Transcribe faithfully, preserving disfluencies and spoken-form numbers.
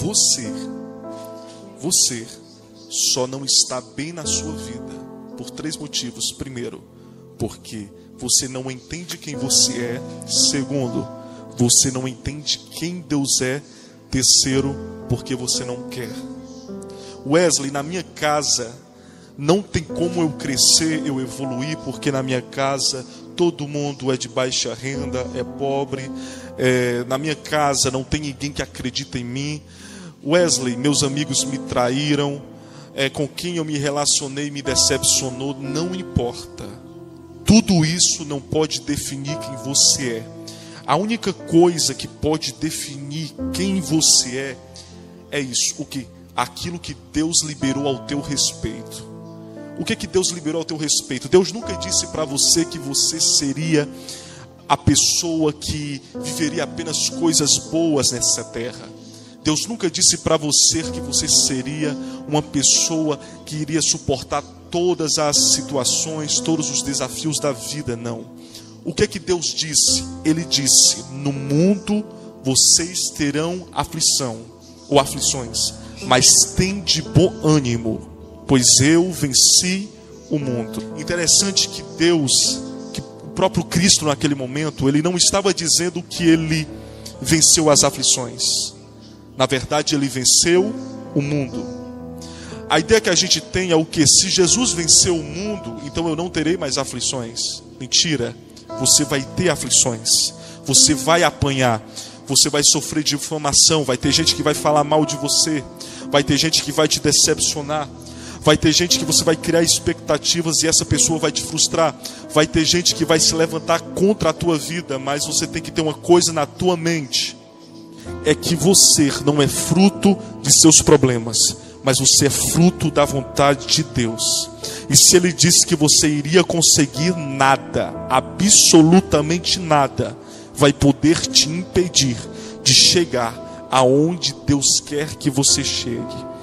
Você, você só não está bem na sua vida por três motivos. Primeiro, porque você não entende quem você é. Segundo, você não entende quem Deus é. Terceiro, porque você não quer. Wesley, na minha casa não tem como eu crescer, eu evoluir, porque na minha casa todo mundo é de baixa renda, é pobre. É, na minha casa não tem ninguém que acredita em mim. Wesley, meus amigos me traíram, é, com quem eu me relacionei me decepcionou. Não importa. Tudo isso não pode definir quem você é. A única coisa que pode definir quem você é, é isso, o que? Aquilo que Deus liberou ao teu respeito. O que é que Deus liberou ao teu respeito? Deus nunca disse para você que você seria a pessoa que viveria apenas coisas boas nessa terra. Deus nunca disse para você que você seria uma pessoa que iria suportar todas as situações, todos os desafios da vida, não. O que é que Deus disse? Ele disse: no mundo vocês terão aflição ou aflições, mas tem de bom ânimo, pois eu venci o mundo. Interessante que Deus, que o próprio Cristo naquele momento, ele não estava dizendo que ele venceu as aflições. Na verdade, ele venceu o mundo. A ideia que a gente tem é o que? Se Jesus venceu o mundo, então eu não terei mais aflições. Mentira. Você vai ter aflições. Você vai apanhar. Você vai sofrer difamação. Vai ter gente que vai falar mal de você. Vai ter gente que vai te decepcionar. Vai ter gente que você vai criar expectativas e essa pessoa vai te frustrar. Vai ter gente que vai se levantar contra a tua vida. Mas você tem que ter uma coisa na tua mente: é que você não é fruto de seus problemas, mas você é fruto da vontade de Deus. E se Ele disse que você iria conseguir, nada, absolutamente nada, vai poder te impedir de chegar aonde Deus quer que você chegue.